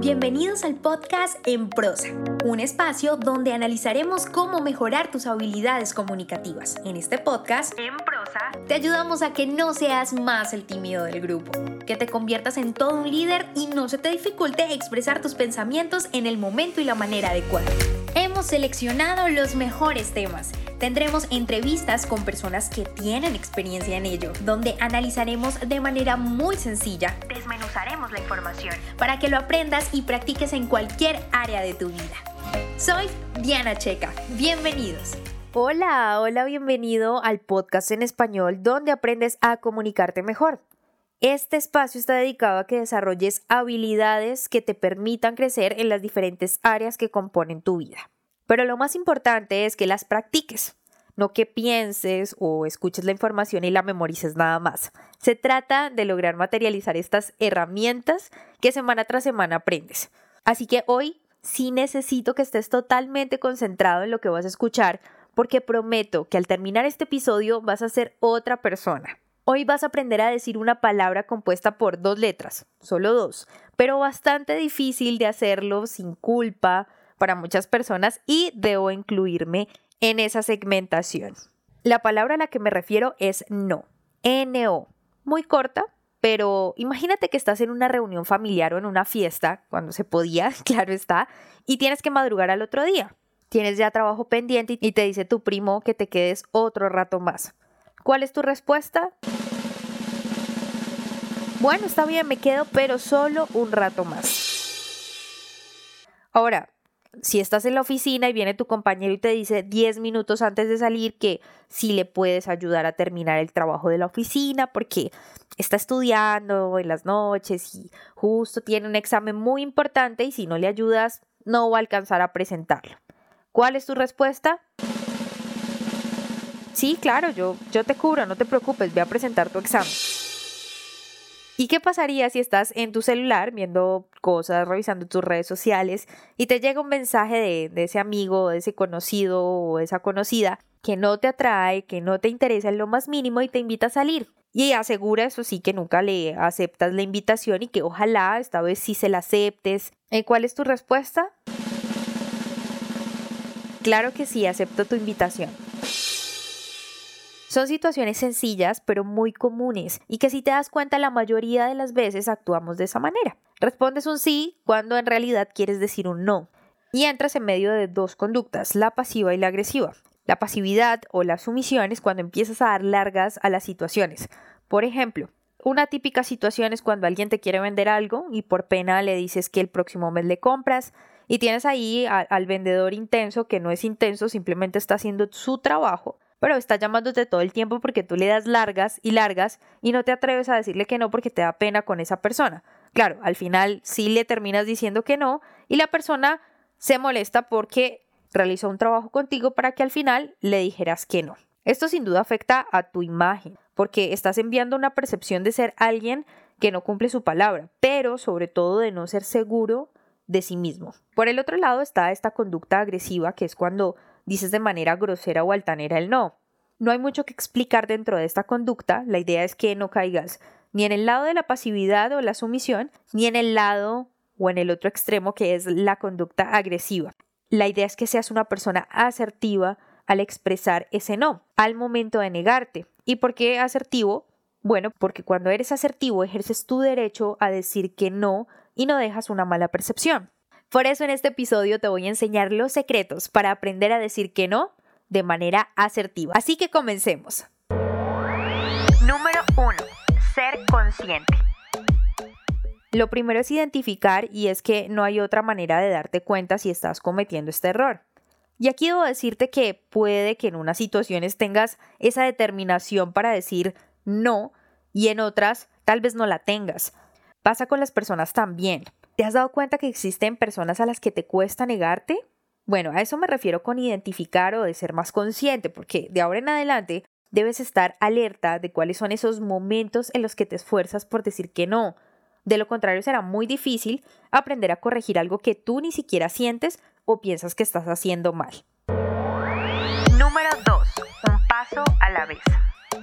Bienvenidos al podcast En Prosa, un espacio donde analizaremos cómo mejorar tus habilidades comunicativas. En este podcast, En Prosa, te ayudamos a que no seas más el tímido del grupo, que te conviertas en todo un líder y no se te dificulte expresar tus pensamientos en el momento y la manera adecuada. Hemos seleccionado los mejores temas. Tendremos entrevistas con personas que tienen experiencia en ello, donde analizaremos de manera muy sencilla, desmenuzaremos la información para que lo aprendas y practiques en cualquier área de tu vida. Soy Diana Checa, bienvenidos. Hola, bienvenido al podcast en español donde aprendes a comunicarte mejor. Este espacio está dedicado a que desarrolles habilidades que te permitan crecer en las diferentes áreas que componen tu vida. Pero lo más importante es que las practiques, no que pienses o escuches la información y la memorices nada más. Se trata de lograr materializar estas herramientas que semana tras semana aprendes. Así que hoy sí necesito que estés totalmente concentrado en lo que vas a escuchar, porque prometo que al terminar este episodio vas a ser otra persona. Hoy vas a aprender a decir una palabra compuesta por 2 letras, solo 2, pero bastante difícil de hacerlo sin culpa para muchas personas y debo incluirme en esa segmentación. La palabra a la que me refiero es no, N-O, muy corta, pero imagínate que estás en una reunión familiar o en una fiesta, cuando se podía, claro está, y tienes que madrugar al otro día. Tienes ya trabajo pendiente y te dice tu primo que te quedes otro rato más. ¿Cuál es tu respuesta? Bueno, está bien, me quedo, pero solo un rato más. Ahora, si estás en la oficina y viene tu compañero y te dice 10 minutos antes de salir que sí le puedes ayudar a terminar el trabajo de la oficina porque está estudiando en las noches y justo tiene un examen muy importante y si no le ayudas no va a alcanzar a presentarlo. ¿Cuál es tu respuesta? Sí, claro, yo te cubro, no te preocupes, ve a presentar tu examen. ¿Y qué pasaría si estás en tu celular viendo cosas, revisando tus redes sociales y te llega un mensaje de ese amigo, de ese conocido o esa conocida que no te atrae, que no te interesa en lo más mínimo y te invita a salir? Y asegura, eso sí, que nunca le aceptas la invitación y que ojalá esta vez sí se la aceptes. ¿Cuál es tu respuesta? Claro que sí, acepto tu invitación. Son situaciones sencillas, pero muy comunes y que si te das cuenta la mayoría de las veces actuamos de esa manera. Respondes un sí cuando en realidad quieres decir un no. Y entras en medio de 2 conductas, la pasiva y la agresiva. La pasividad o la sumisión es cuando empiezas a dar largas a las situaciones. Por ejemplo, una típica situación es cuando alguien te quiere vender algo y por pena le dices que el próximo mes le compras y tienes ahí al vendedor intenso que no es intenso, simplemente está haciendo su trabajo. Pero está llamándote todo el tiempo porque tú le das largas y no te atreves a decirle que no porque te da pena con esa persona. Claro, al final sí le terminas diciendo que no y la persona se molesta porque realizó un trabajo contigo para que al final le dijeras que no. Esto sin duda afecta a tu imagen porque estás enviando una percepción de ser alguien que no cumple su palabra, pero sobre todo de no ser seguro de sí mismo. Por el otro lado está esta conducta agresiva que es cuando dices de manera grosera o altanera el no. No hay mucho que explicar dentro de esta conducta, la idea es que no caigas ni en el lado de la pasividad o la sumisión, ni en el lado o en el otro extremo que es la conducta agresiva. La idea es que seas una persona asertiva al expresar ese no, al momento de negarte. ¿Y por qué asertivo? Bueno, porque cuando eres asertivo ejerces tu derecho a decir que no y no dejas una mala percepción. Por eso en este episodio te voy a enseñar los secretos para aprender a decir que no de manera asertiva. Así que comencemos. Número 1. Ser consciente. Lo primero es identificar y es que no hay otra manera de darte cuenta si estás cometiendo este error. Y aquí debo decirte que puede que en unas situaciones tengas esa determinación para decir no y en otras tal vez no la tengas. Pasa con las personas también. ¿Te has dado cuenta que existen personas a las que te cuesta negarte? Bueno, a eso me refiero con identificar o de ser más consciente, porque de ahora en adelante debes estar alerta de cuáles son esos momentos en los que te esfuerzas por decir que no. De lo contrario, será muy difícil aprender a corregir algo que tú ni siquiera sientes o piensas que estás haciendo mal. Número 2. Un paso a la vez.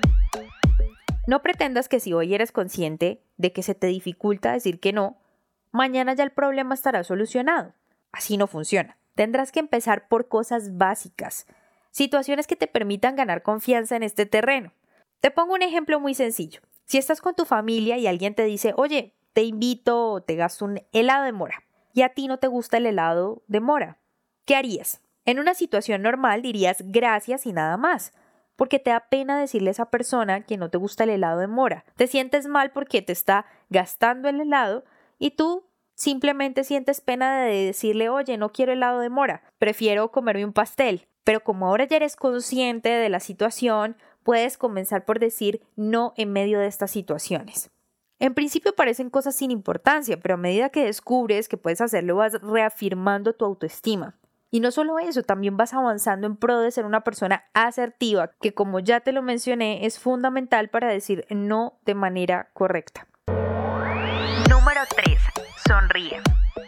No pretendas que si hoy eres consciente de que se te dificulta decir que no, mañana ya el problema estará solucionado. Así no funciona. Tendrás que empezar por cosas básicas, situaciones que te permitan ganar confianza en este terreno. Te pongo un ejemplo muy sencillo. Si estás con tu familia y alguien te dice, oye, te invito o te gasto un helado de mora, y a ti no te gusta el helado de mora, ¿qué harías? En una situación normal dirías gracias y nada más, porque te da pena decirle a esa persona que no te gusta el helado de mora. Te sientes mal porque te está gastando el helado y tú simplemente sientes pena de decirle, oye, no quiero helado de mora, prefiero comerme un pastel. Pero como ahora ya eres consciente de la situación, puedes comenzar por decir no en medio de estas situaciones. En principio parecen cosas sin importancia, pero a medida que descubres que puedes hacerlo, vas reafirmando tu autoestima. Y no solo eso, también vas avanzando en pro de ser una persona asertiva, que como ya te lo mencioné, es fundamental para decir no de manera correcta. Número 3. Sonríe.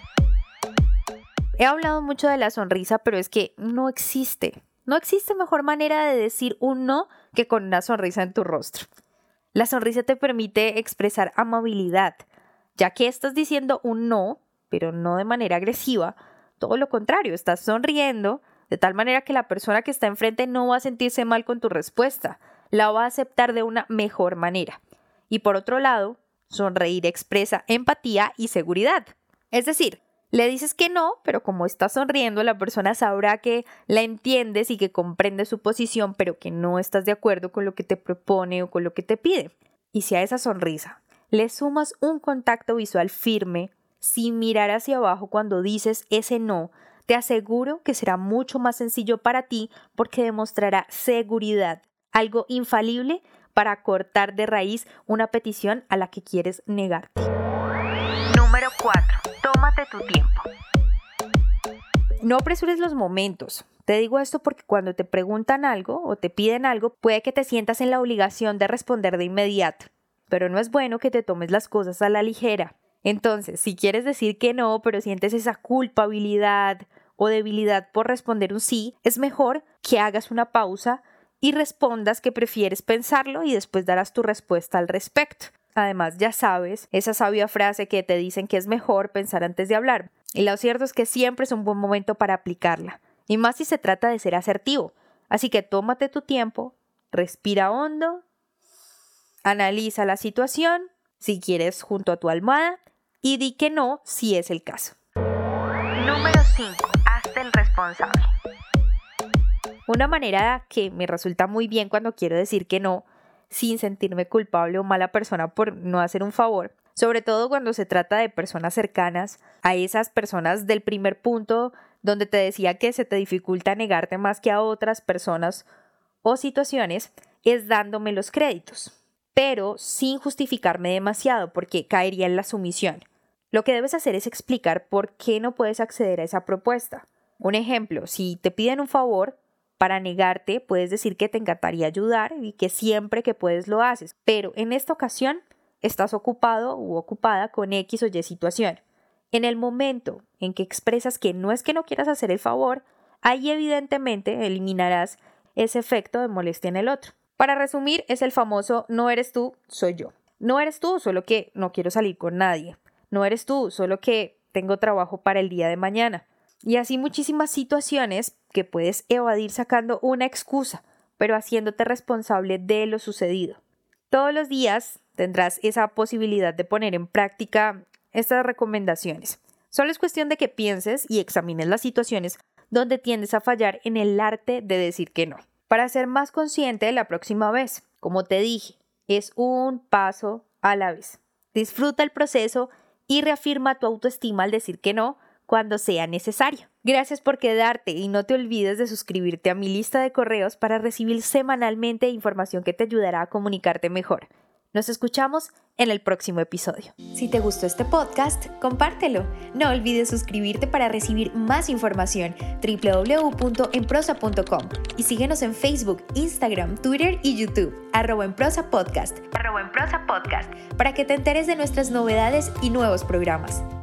He hablado mucho de la sonrisa, pero es que no existe. No existe mejor manera de decir un no que con una sonrisa en tu rostro. La sonrisa te permite expresar amabilidad, ya que estás diciendo un no, pero no de manera agresiva. Todo lo contrario, estás sonriendo de tal manera que la persona que está enfrente no va a sentirse mal con tu respuesta, la va a aceptar de una mejor manera. Y por otro lado, sonreír expresa empatía y seguridad. Es decir, le dices que no, pero como estás sonriendo, la persona sabrá que la entiendes y que comprende su posición, pero que no estás de acuerdo con lo que te propone o con lo que te pide. Y si a esa sonrisa le sumas un contacto visual firme, sin mirar hacia abajo cuando dices ese no, te aseguro que será mucho más sencillo para ti porque demostrará seguridad, algo infalible para cortar de raíz una petición a la que quieres negarte. Número 4. Tómate tu tiempo. No apresures los momentos. Te digo esto porque cuando te preguntan algo o te piden algo, puede que te sientas en la obligación de responder de inmediato, pero no es bueno que te tomes las cosas a la ligera. Entonces, si quieres decir que no, pero sientes esa culpabilidad o debilidad por responder un sí, es mejor que hagas una pausa y respondas que prefieres pensarlo y después darás tu respuesta al respecto. Además, ya sabes, esa sabia frase que te dicen que es mejor pensar antes de hablar. Y lo cierto es que siempre es un buen momento para aplicarla. Y más si se trata de ser asertivo. Así que tómate tu tiempo, respira hondo, analiza la situación, si quieres junto a tu almohada, y di que no si es el caso. Número 5. Hazte el responsable. Una manera que me resulta muy bien cuando quiero decir que no, sin sentirme culpable o mala persona por no hacer un favor, sobre todo cuando se trata de personas cercanas, a esas personas del primer punto donde te decía que se te dificulta negarte más que a otras personas o situaciones, es dándome los créditos, pero sin justificarme demasiado porque caería en la sumisión. Lo que debes hacer es explicar por qué no puedes acceder a esa propuesta. Un ejemplo, si te piden un favor, para negarte, puedes decir que te encantaría ayudar y que siempre que puedes lo haces, pero en esta ocasión estás ocupado u ocupada con X o Y situación. En el momento en que expresas que no es que no quieras hacer el favor, ahí evidentemente eliminarás ese efecto de molestia en el otro. Para resumir, es el famoso no eres tú, soy yo. No eres tú, solo que no quiero salir con nadie. No eres tú, solo que tengo trabajo para el día de mañana. Y así muchísimas situaciones que puedes evadir sacando una excusa, pero haciéndote responsable de lo sucedido. Todos los días tendrás esa posibilidad de poner en práctica estas recomendaciones. Solo es cuestión de que pienses y examines las situaciones donde tiendes a fallar en el arte de decir que no. Para ser más consciente la próxima vez, como te dije, es un paso a la vez. Disfruta el proceso y reafirma tu autoestima al decir que no cuando sea necesario. Gracias por quedarte y no te olvides de suscribirte a mi lista de correos para recibir semanalmente información que te ayudará a comunicarte mejor. Nos escuchamos en el próximo episodio. Si te gustó este podcast, compártelo. No olvides suscribirte para recibir más información www.enprosa.com y síguenos en Facebook, Instagram, Twitter y YouTube @enprosapodcast para que te enteres de nuestras novedades y nuevos programas.